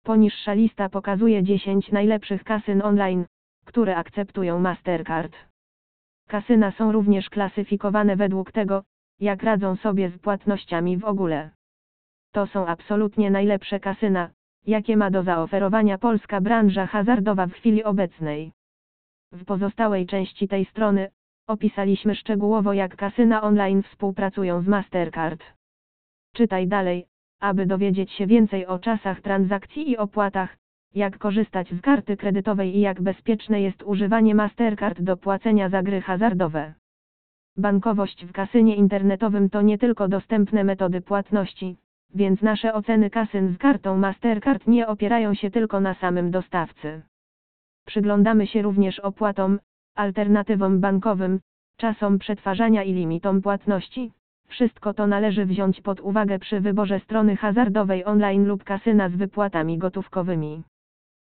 Poniższa lista pokazuje 10 najlepszych kasyn online, które akceptują Mastercard. Kasyna są również klasyfikowane według tego, jak radzą sobie z płatnościami w ogóle. To są absolutnie najlepsze kasyna, jakie ma do zaoferowania polska branża hazardowa w chwili obecnej. W pozostałej części tej strony opisaliśmy szczegółowo, jak kasyna online współpracują z Mastercard. Czytaj dalej, aby dowiedzieć się więcej o czasach transakcji i opłatach, jak korzystać z karty kredytowej i jak bezpieczne jest używanie Mastercard do płacenia za gry hazardowe. Bankowość w kasynie internetowym to nie tylko dostępne metody płatności, więc nasze oceny kasyn z kartą Mastercard nie opierają się tylko na samym dostawcy. Przyglądamy się również opłatom, alternatywom bankowym, czasom przetwarzania i limitom płatności. Wszystko to należy wziąć pod uwagę przy wyborze strony hazardowej online lub kasyna z wypłatami gotówkowymi.